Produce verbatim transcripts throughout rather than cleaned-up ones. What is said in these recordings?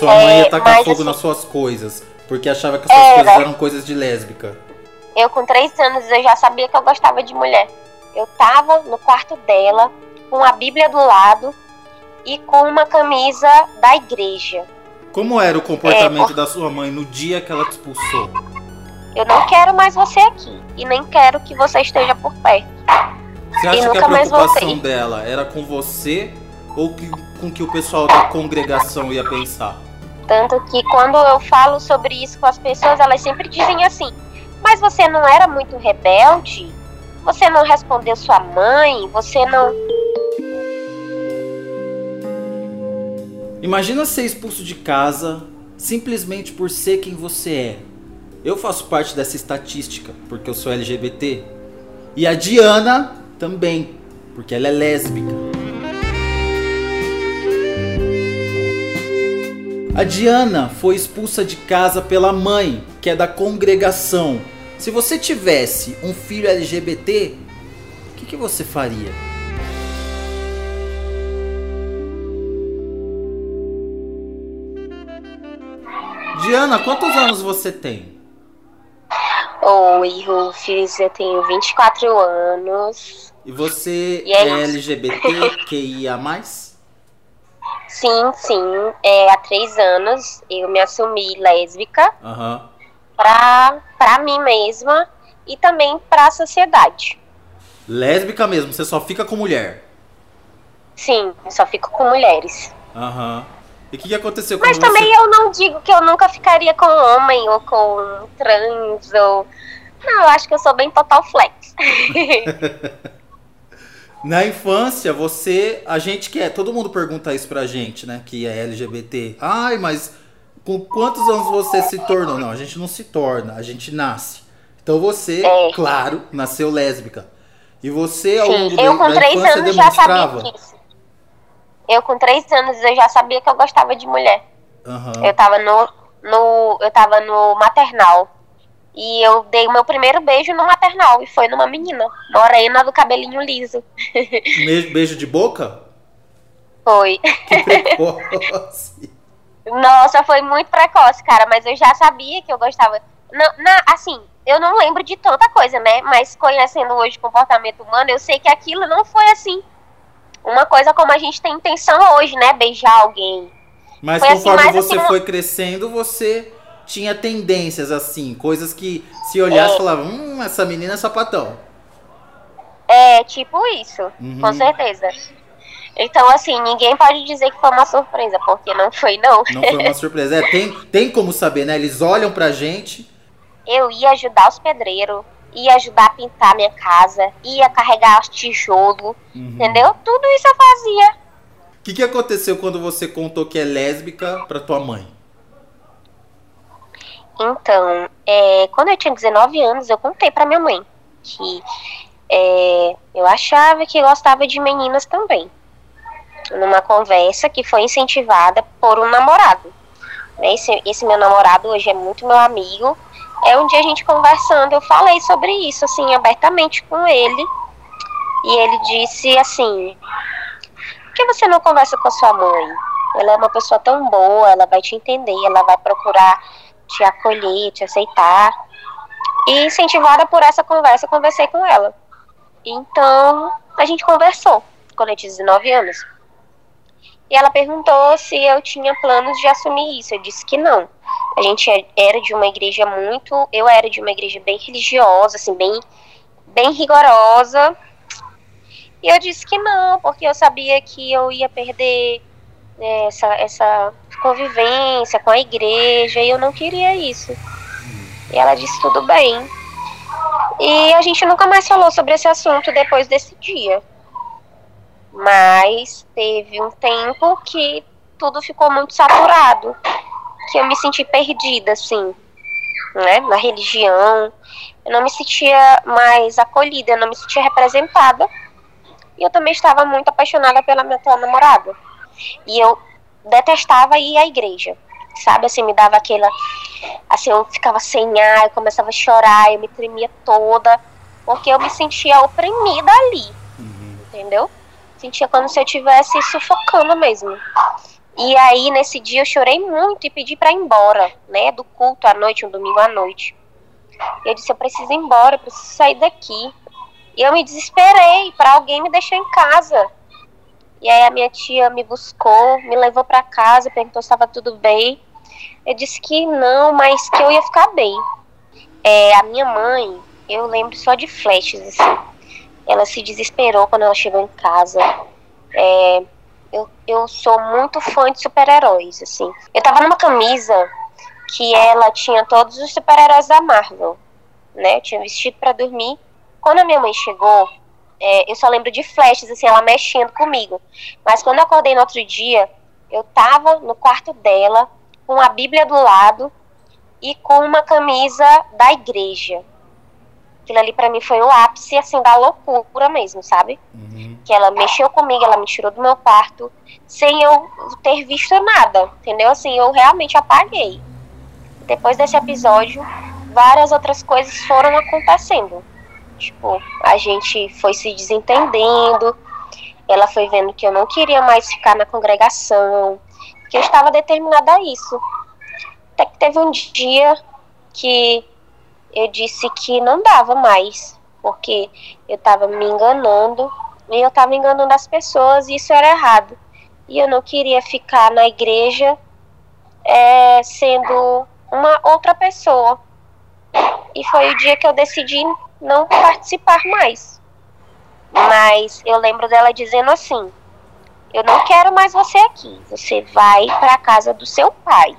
sua mãe ia É, tacar mas, fogo assim, nas suas coisas, porque achava que as suas era. coisas eram coisas de lésbica. Eu com três anos eu já sabia que eu gostava de mulher. Eu tava no quarto dela, com a Bíblia do lado e com uma camisa da igreja. Como era o comportamento É, por- da sua mãe no dia que ela te expulsou? Eu não quero mais você aqui. E nem quero que você esteja por perto. Você E acha que a nunca mais preocupação voltei. dela era com você ou que, com que o pessoal da congregação ia pensar? Tanto que quando eu falo sobre isso com as pessoas, elas sempre dizem assim: mas você não era muito rebelde? Você não respondeu sua mãe? Você não... Imagina ser expulso de casa simplesmente por ser quem você é. Eu faço parte dessa estatística porque eu sou L G B T. E a Diana também, porque ela é lésbica. A Diana foi expulsa de casa pela mãe, que é da congregação. Se você tivesse um filho L G B T, o que, que você faria? Diana, quantos anos você tem? Oi, Rufus, eu tenho vinte e quatro anos. E você E é é isso. L G B T Q I A mais? Sim, sim. É, há três anos eu me assumi lésbica Aham. pra, pra mim mesma e também pra sociedade. Lésbica mesmo, você só fica com mulher. Sim, eu só fico com mulheres. Aham. E o que, que aconteceu Mas quando também você... eu não digo que eu nunca ficaria com homem ou com trans ou... Não, eu acho que eu sou bem total flex. Na infância, você... A gente que é... Todo mundo pergunta isso pra gente, né? Que é L G B T. Ai, mas com quantos anos você se tornou? Não, a gente não se torna, a gente nasce. Então você, É. claro, nasceu lésbica. E você, ao Sim, longo eu da, com da três infância, anos já demonstrava... sabia disso. Eu com três anos eu já sabia que eu gostava de mulher. Aham. Eu tava no, no, eu tava no maternal. E eu dei o meu primeiro beijo no maternal. E foi numa menina, morena do cabelinho liso. Me- Beijo de boca? Foi. Que precoce. Nossa, foi muito precoce, cara. Mas eu já sabia que eu gostava. Não, na, assim, eu não lembro de tanta coisa, né? Mas conhecendo hoje o comportamento humano, eu sei que aquilo não foi assim. Uma coisa como a gente tem intenção hoje, né? Beijar alguém. Mas Foi assim, conforme mais você assim, foi crescendo, você tinha tendências assim, coisas que se olhasse É. falava, hum, essa menina é sapatão. É, tipo isso, Uhum. com certeza. Então, assim, ninguém pode dizer que foi uma surpresa, porque não foi, não. Não foi uma surpresa. É, tem, tem como saber, né? Eles olham pra gente. Eu ia ajudar os pedreiros, ia ajudar a pintar minha casa, ia carregar os tijolos, Uhum. entendeu? Tudo isso eu fazia. O que, que aconteceu quando você contou que é lésbica pra tua mãe? Então, é, quando eu tinha dezenove anos, eu contei pra minha mãe que é, eu achava que gostava de meninas também. Numa conversa que foi incentivada por um namorado. Esse, esse meu namorado hoje é muito meu amigo. É um dia a gente conversando, eu falei sobre isso, assim, abertamente com ele. E ele disse assim: por que você não conversa com a sua mãe? Ela é uma pessoa tão boa, ela vai te entender, ela vai procurar te acolher, te aceitar. E incentivada por essa conversa, eu conversei com ela. Então, a gente conversou, quando eu tinha dezenove anos. E ela perguntou se eu tinha planos de assumir isso. Eu disse que não. A gente era de uma igreja muito... Eu era de uma igreja bem religiosa, assim, bem, bem rigorosa. E eu disse que não, porque eu sabia que eu ia perder né, essa, essa convivência com a igreja, e eu não queria isso. E ela disse tudo bem. E a gente nunca mais falou sobre esse assunto depois desse dia. Mas teve um tempo que tudo ficou muito saturado, que eu me senti perdida, assim, né, na religião. Eu não me sentia mais acolhida, eu não me sentia representada. E eu também estava muito apaixonada pela minha atual namorada. E eu detestava ir à igreja, sabe, assim, me dava aquela... Assim, eu ficava sem ar, eu começava a chorar, eu me tremia toda, porque eu me sentia oprimida ali, Uhum. entendeu? Sentia como se eu estivesse sufocando mesmo. E aí, nesse dia, eu chorei muito e pedi pra ir embora, né, do culto à noite, um domingo à noite. Eu disse, eu preciso ir embora, eu preciso sair daqui. E eu me desesperei pra alguém me deixar em casa. E aí a minha tia me buscou, me levou pra casa, perguntou se estava tudo bem. Eu disse que não, mas que eu ia ficar bem. É, a minha mãe, eu lembro só de flashes, assim. Ela se desesperou quando ela chegou em casa. É, eu, eu sou muito fã de super-heróis, assim. Eu tava numa camisa que ela tinha todos os super-heróis da Marvel, né? Eu tinha vestido pra dormir. Quando a minha mãe chegou, é, eu só lembro de flashes, assim, ela mexendo comigo. Mas quando eu acordei no outro dia, eu tava no quarto dela, com a Bíblia do lado e com uma camisa da igreja. Aquilo ali pra mim foi o ápice, assim, da loucura mesmo, sabe? Uhum. Que ela mexeu comigo, ela me tirou do meu quarto, sem eu ter visto nada, entendeu? Assim, eu realmente apaguei. Depois desse episódio, várias outras coisas foram acontecendo. Tipo, a gente foi se desentendendo, ela foi vendo que eu não queria mais ficar na congregação, que eu estava determinada a isso. Até que teve um dia que eu disse que não dava mais, porque eu estava me enganando, e eu estava enganando as pessoas, e isso era errado. E eu não queria ficar na igreja é, sendo uma outra pessoa. E foi o dia que eu decidi não participar mais. Mas eu lembro dela dizendo assim, eu não quero mais você aqui, você vai para a casa do seu pai.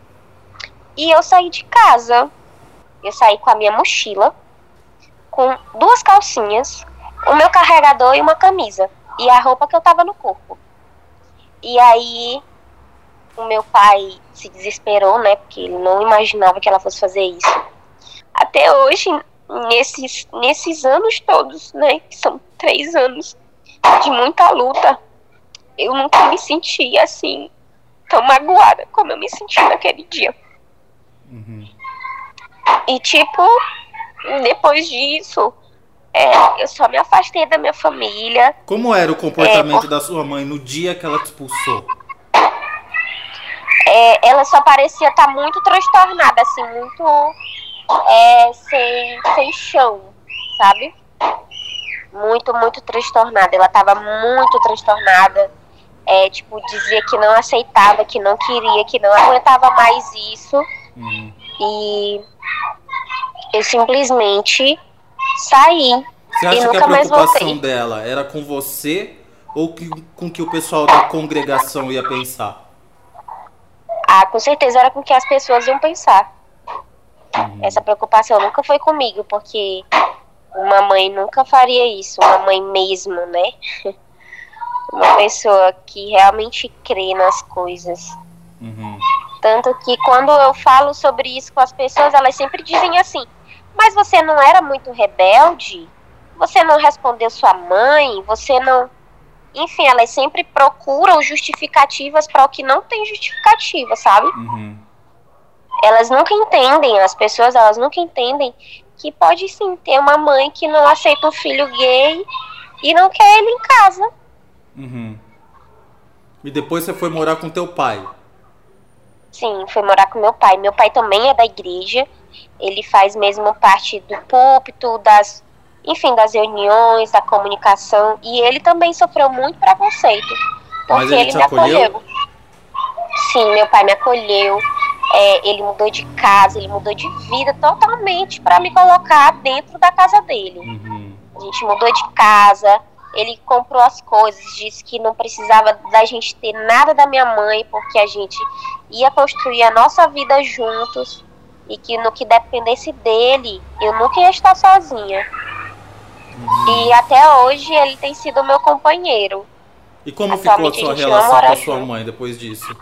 E eu saí de casa. Eu saí com a minha mochila, com duas calcinhas, o meu carregador e uma camisa. E a roupa que eu tava no corpo. E aí, o meu pai se desesperou, né? Porque ele não imaginava que ela fosse fazer isso. Até hoje, nesses, nesses anos todos, né? Que são três anos de muita luta, eu nunca me senti assim, tão magoada como eu me senti naquele dia. Uhum. E tipo, depois disso, é, eu só me afastei da minha família. Como era o comportamento é, por... da sua mãe no dia que ela te expulsou? É, ela só parecia estar muito transtornada, assim, muito é, sem, sem chão, sabe? Muito, muito transtornada. Ela estava muito transtornada. É, tipo, dizia que não aceitava, que não queria, que não aguentava mais isso. Uhum. E eu simplesmente saí. Você acha e nunca que a mais preocupação voltei. dela era com você ou que, com que o pessoal da congregação ia pensar? Ah, com certeza era com que as pessoas iam pensar. Uhum. Essa preocupação nunca foi comigo, porque uma mãe nunca faria isso, uma mãe mesmo, né? Uma pessoa que realmente crê nas coisas. Uhum. Tanto que quando eu falo sobre isso com as pessoas, elas sempre dizem assim, mas você não era muito rebelde? Você não respondeu sua mãe? Você não... Enfim, elas sempre procuram justificativas para o que não tem justificativa, sabe? Uhum. Elas nunca entendem, as pessoas, elas nunca entendem que pode sim ter uma mãe que não aceita um filho gay e não quer ele em casa. Uhum. E depois você foi morar com teu pai? Sim, fui morar com meu pai. Meu pai também é da igreja. Ele faz mesmo parte do púlpito, das, enfim, das reuniões, da comunicação. E ele também sofreu muito preconceito. Porque Mas ele, ele te me acolheu? acolheu. Sim, meu pai me acolheu. É, ele mudou de casa, ele mudou de vida totalmente para me colocar dentro da casa dele. Uhum. A gente mudou de casa. Ele comprou as coisas, disse que não precisava da gente ter nada da minha mãe, porque a gente ia construir a nossa vida juntos, e que no que dependesse dele, eu nunca ia estar sozinha. Uhum. E até hoje ele tem sido meu companheiro. E como ficou a sua relação com a sua mãe depois disso?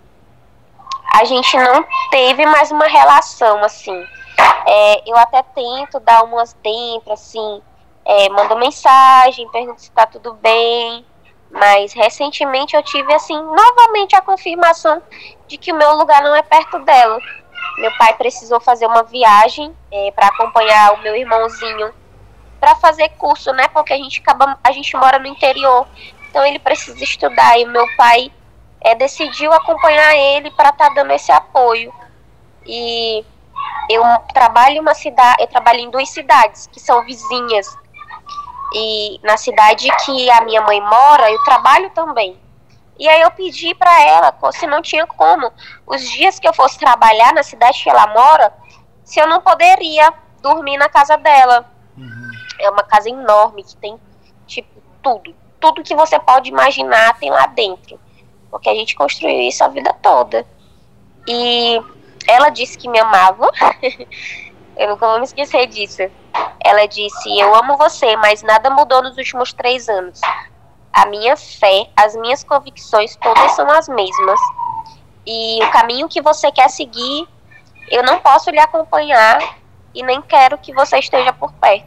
A gente não teve mais uma relação, assim. É, eu até tento dar umas dentro, assim... É, mando mensagem, pergunto se tá tudo bem, mas recentemente eu tive assim novamente a confirmação de que o meu lugar não é perto dela. Meu pai precisou fazer uma viagem é, para acompanhar o meu irmãozinho para fazer curso, né? Porque a gente acaba, a gente mora no interior, então ele precisa estudar e o meu pai é, decidiu acompanhar ele para estar tá dando esse apoio. E eu trabalho em uma cidade, eu trabalho em duas cidades que são vizinhas. E na cidade que a minha mãe mora, eu trabalho também. E aí eu pedi para ela, se não tinha como, os dias que eu fosse trabalhar na cidade que ela mora, se eu não poderia dormir na casa dela. Uhum. É uma casa enorme que tem, tipo, tudo. Tudo que você pode imaginar tem lá dentro. Porque a gente construiu isso a vida toda. E ela disse que me amava. Eu nunca vou me esquecer disso. Ela disse, eu amo você, mas nada mudou nos últimos três anos. A minha fé, as minhas convicções, todas são as mesmas. E o caminho que você quer seguir, eu não posso lhe acompanhar e nem quero que você esteja por perto.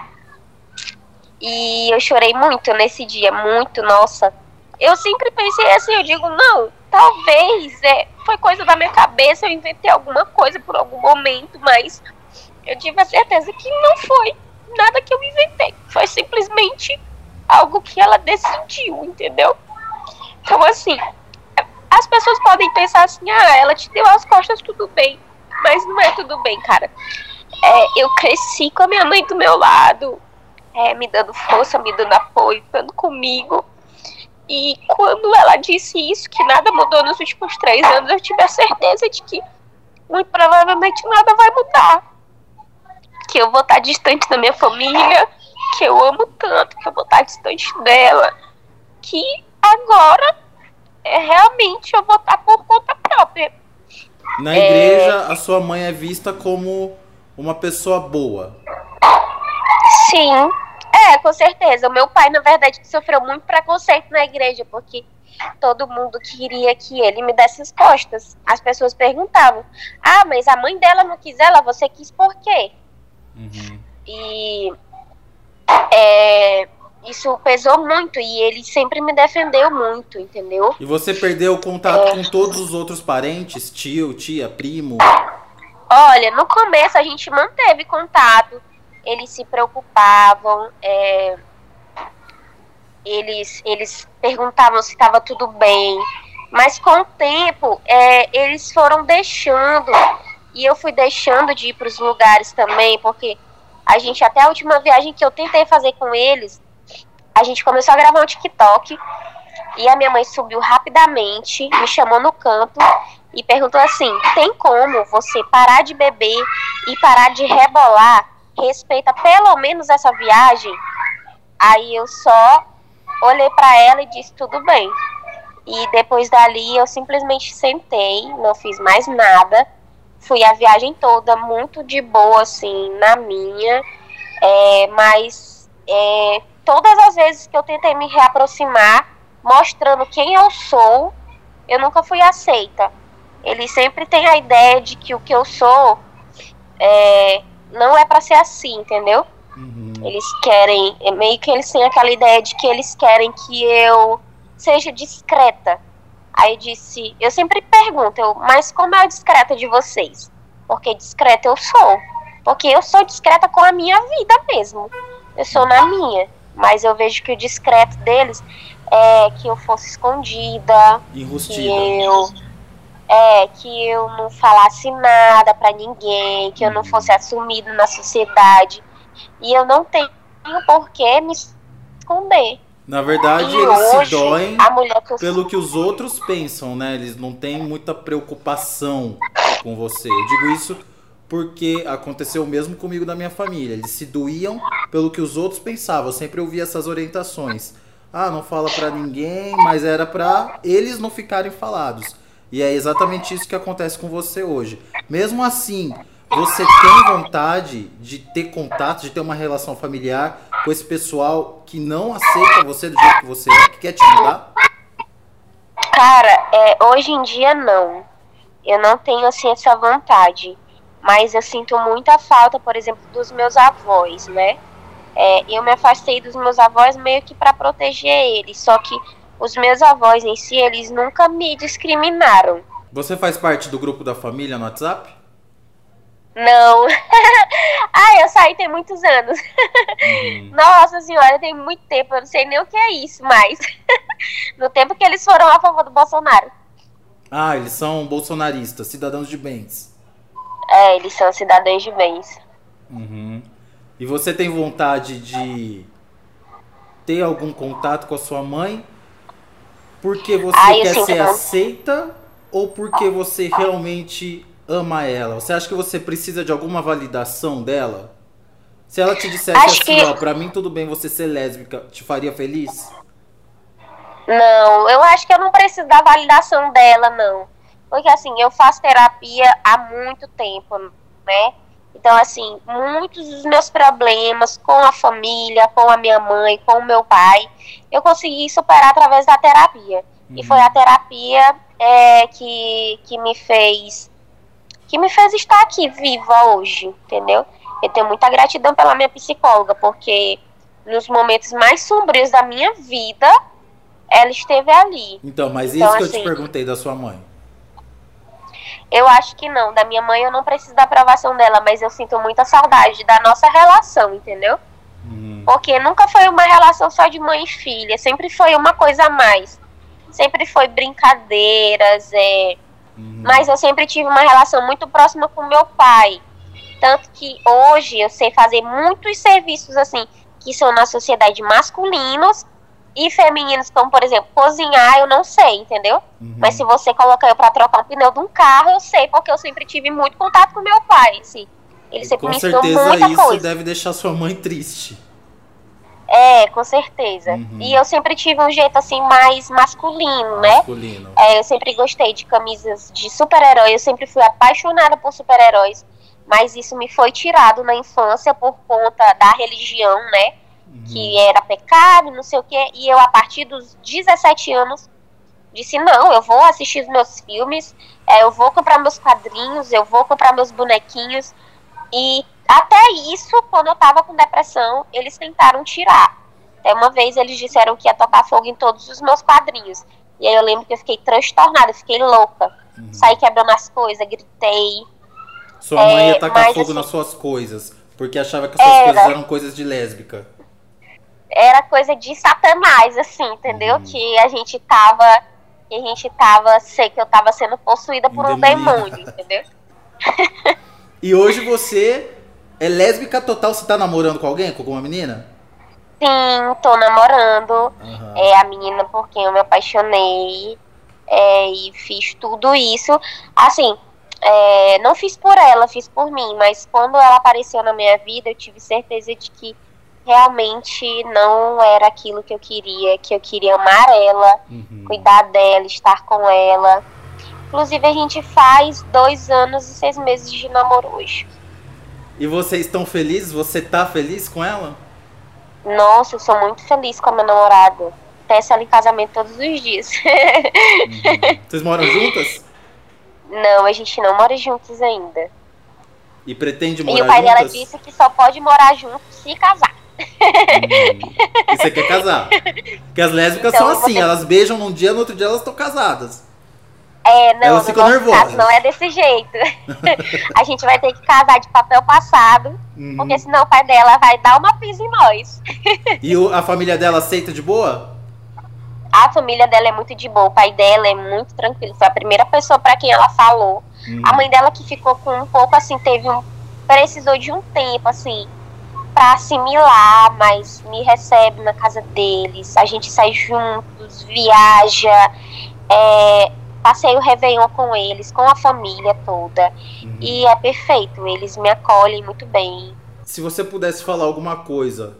E eu chorei muito nesse dia, muito, nossa. Eu sempre pensei assim, eu digo, não, talvez, é, foi coisa da minha cabeça, eu inventei alguma coisa por algum momento, mas eu tive a certeza que não foi nada que eu inventei. Foi simplesmente algo que ela decidiu, entendeu? Então, assim, as pessoas podem pensar assim, ah, ela te deu as costas, tudo bem. Mas não é tudo bem, cara. É, eu cresci com a minha mãe do meu lado, é, me dando força, me dando apoio, estando comigo. E quando ela disse isso, que nada mudou nos últimos três anos, eu tive a certeza de que muito provavelmente nada vai mudar. Que eu vou estar distante da minha família, que eu amo tanto, que eu vou estar distante dela, que agora é, realmente eu vou estar por conta própria. Na igreja, é... a sua mãe é vista como uma pessoa boa. Sim. É, com certeza. O meu pai, na verdade, sofreu muito preconceito na igreja, porque todo mundo queria que ele me desse as costas. As pessoas perguntavam, ah, mas a mãe dela não quis ela, você quis por quê? Uhum. E é, isso pesou muito, e ele sempre me defendeu muito, entendeu? E você perdeu o contato é... com todos os outros parentes? Tio, tia, primo? Olha, no começo a gente manteve contato. Eles se preocupavam, é, eles, eles perguntavam se estava tudo bem, mas com o tempo é, eles foram deixando, e eu fui deixando de ir para os lugares também, porque a gente, até a última viagem que eu tentei fazer com eles, a gente começou a gravar um TikTok, e a minha mãe subiu rapidamente, me chamou no canto e perguntou assim, tem como você parar de beber e parar de rebolar? Respeita pelo menos essa viagem. Aí eu só olhei pra ela e disse tudo bem. E depois dali eu simplesmente sentei, não fiz mais nada. Fui a viagem toda muito de boa, assim, na minha. É, mas é, todas as vezes que eu tentei me reaproximar, mostrando quem eu sou, eu nunca fui aceita. Eles sempre têm a ideia de que o que eu sou é... não é pra ser assim, entendeu? Uhum. Eles querem, meio que eles têm aquela ideia de que eles querem que eu seja discreta. Aí eu disse, eu sempre pergunto, eu, mas como é a discreta de vocês? Porque discreta eu sou. Porque eu sou discreta com a minha vida mesmo. Eu sou na minha. Mas eu vejo que o discreto deles é que eu fosse escondida. Enrustida. Que eu... É, que eu não falasse nada pra ninguém, que eu não fosse assumida na sociedade. E eu não tenho por que me esconder. Na verdade, e eles hoje, se doem que pelo que os outros pensam, né? Eles não têm muita preocupação com você. Eu digo isso porque aconteceu o mesmo comigo da minha família. Eles se doíam pelo que os outros pensavam. Eu sempre ouvia essas orientações. Ah, não fala pra ninguém, mas era pra eles não ficarem falados. E é exatamente isso que acontece com você hoje. Mesmo assim, você tem vontade de ter contato, de ter uma relação familiar com esse pessoal que não aceita você do jeito que você é, que quer te mudar? Cara, é, hoje em dia não. Eu não tenho assim essa vontade. Mas eu sinto muita falta, por exemplo, dos meus avós, né? É, eu me afastei dos meus avós meio que para proteger eles. Só que os meus avós em si, eles nunca me discriminaram. Você faz parte do grupo da família no WhatsApp? Não. Ah, eu saí tem muitos anos. Uhum. Nossa senhora, tem muito tempo. Eu não sei nem o que é isso, mas no tempo que eles foram a favor do Bolsonaro. Ah, eles são bolsonaristas, cidadãos de bens. É, eles são cidadãos de bens. Uhum. E você tem vontade de ter algum contato com a sua mãe porque você Ah, eu quer sinto ser muito. aceita ou porque você realmente ama ela? Você acha que você precisa de alguma validação dela? Se ela te dissesse Acho que assim, ó, pra mim tudo bem você ser lésbica, te faria feliz? não, eu acho que eu não preciso da validação dela, não. Porque assim, eu faço terapia há muito tempo, né? Então, assim, muitos dos meus problemas com a família, com a minha mãe, com o meu pai, eu consegui superar através da terapia. E foi a Uhum. terapia é, que, que me fez que me fez estar aqui viva hoje, entendeu? Eu tenho muita gratidão pela minha psicóloga, porque nos momentos mais sombrios da minha vida, ela esteve ali. Então, mas Então, isso que eu te assim, perguntei da sua mãe. eu acho que não. Da minha mãe eu não preciso da aprovação dela, mas eu sinto muita saudade da nossa relação, entendeu? Uhum. Porque nunca foi uma relação só de mãe e filha, sempre foi uma coisa a mais. Sempre foi brincadeiras, é... Uhum. mas eu sempre tive uma relação muito próxima com meu pai. Tanto que hoje eu sei fazer muitos serviços assim, que são na sociedade masculinos e femininos, como por exemplo, cozinhar eu não sei, entendeu? Uhum. Mas se você colocar eu pra trocar um pneu de um carro, eu sei, porque eu sempre tive muito contato com meu pai, assim. Ele sempre Com me ensinou certeza muita isso coisa. deve deixar sua mãe triste. É, com certeza. Uhum. E eu sempre tive um jeito assim mais masculino, né? Masculino. É, eu sempre gostei de camisas de super-herói, eu sempre fui apaixonada por super-heróis, mas isso me foi tirado na infância por conta da religião, né? Uhum. Que era pecado, não sei o quê, e eu a partir dos dezessete anos disse, não, eu vou assistir os meus filmes, é, eu vou comprar meus quadrinhos, eu vou comprar meus bonequinhos, e até isso, quando eu tava com depressão, eles tentaram tirar. Até uma vez eles disseram que ia tocar fogo em todos os meus quadrinhos. E aí eu lembro que eu fiquei transtornada, eu fiquei louca. Uhum. Saí quebrando as coisas, gritei. Sua mãe ia é, tacar mas, fogo assim, nas suas coisas, porque achava que as suas era, coisas eram coisas de lésbica. Era coisa de satanás, assim, entendeu? Uhum. Que a gente tava, que a gente tava, sei que eu tava sendo possuída por um demônio, entendeu? E hoje você é lésbica total, você tá namorando com alguém, com alguma menina? Sim, tô namorando. Uhum. É a menina por quem eu me apaixonei. É, e fiz tudo isso. Assim, é, não fiz por ela, fiz por mim. Mas quando ela apareceu na minha vida, eu tive certeza de que realmente não era aquilo que eu queria. Que eu queria amar ela, uhum. cuidar dela, estar com ela. Inclusive, a gente faz dois anos e seis meses de namoro hoje. E vocês estão felizes? Você tá feliz com ela? Nossa, eu sou muito feliz com a minha namorada. Peço ela em casamento todos os dias. Uhum. Vocês moram juntas? Não, a gente não mora juntos ainda. E pretende morar juntas? E o pai juntas? dela disse que só pode morar junto se casar. Hum. E você quer casar? Porque as lésbicas então, são assim, você... elas beijam num dia, no outro dia elas estão casadas. É, não, elas ficam nervosas. Não é desse jeito. A gente vai ter que casar de papel passado, uhum. porque senão o pai dela vai dar uma pisa em nós. E o, a família dela aceita de boa? A família dela é muito de boa, o pai dela é muito tranquilo. Foi a primeira pessoa pra quem ela falou. Uhum. A mãe dela que ficou com um pouco assim, teve um... precisou de um tempo, assim, pra assimilar, mas me recebe na casa deles. A gente sai juntos, viaja, é... passei o Réveillon com eles, com a família toda. Uhum. E é perfeito, eles me acolhem muito bem. Se você pudesse falar alguma coisa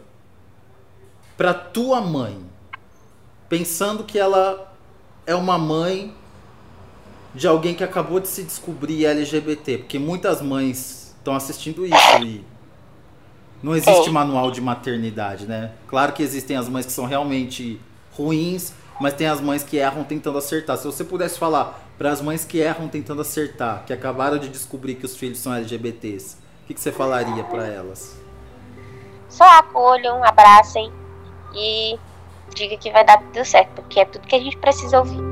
pra tua mãe, pensando que ela é uma mãe de alguém que acabou de se descobrir L G B T, porque muitas mães estão assistindo isso e não existe é. manual de maternidade, né? Claro que existem as mães que são realmente ruins, mas tem as mães que erram tentando acertar. Se você pudesse falar para as mães que erram tentando acertar, que acabaram de descobrir que os filhos são L G B Ts, o que, que você falaria para elas? Só acolham, abracem e diga que vai dar tudo certo, porque é tudo que a gente precisa ouvir.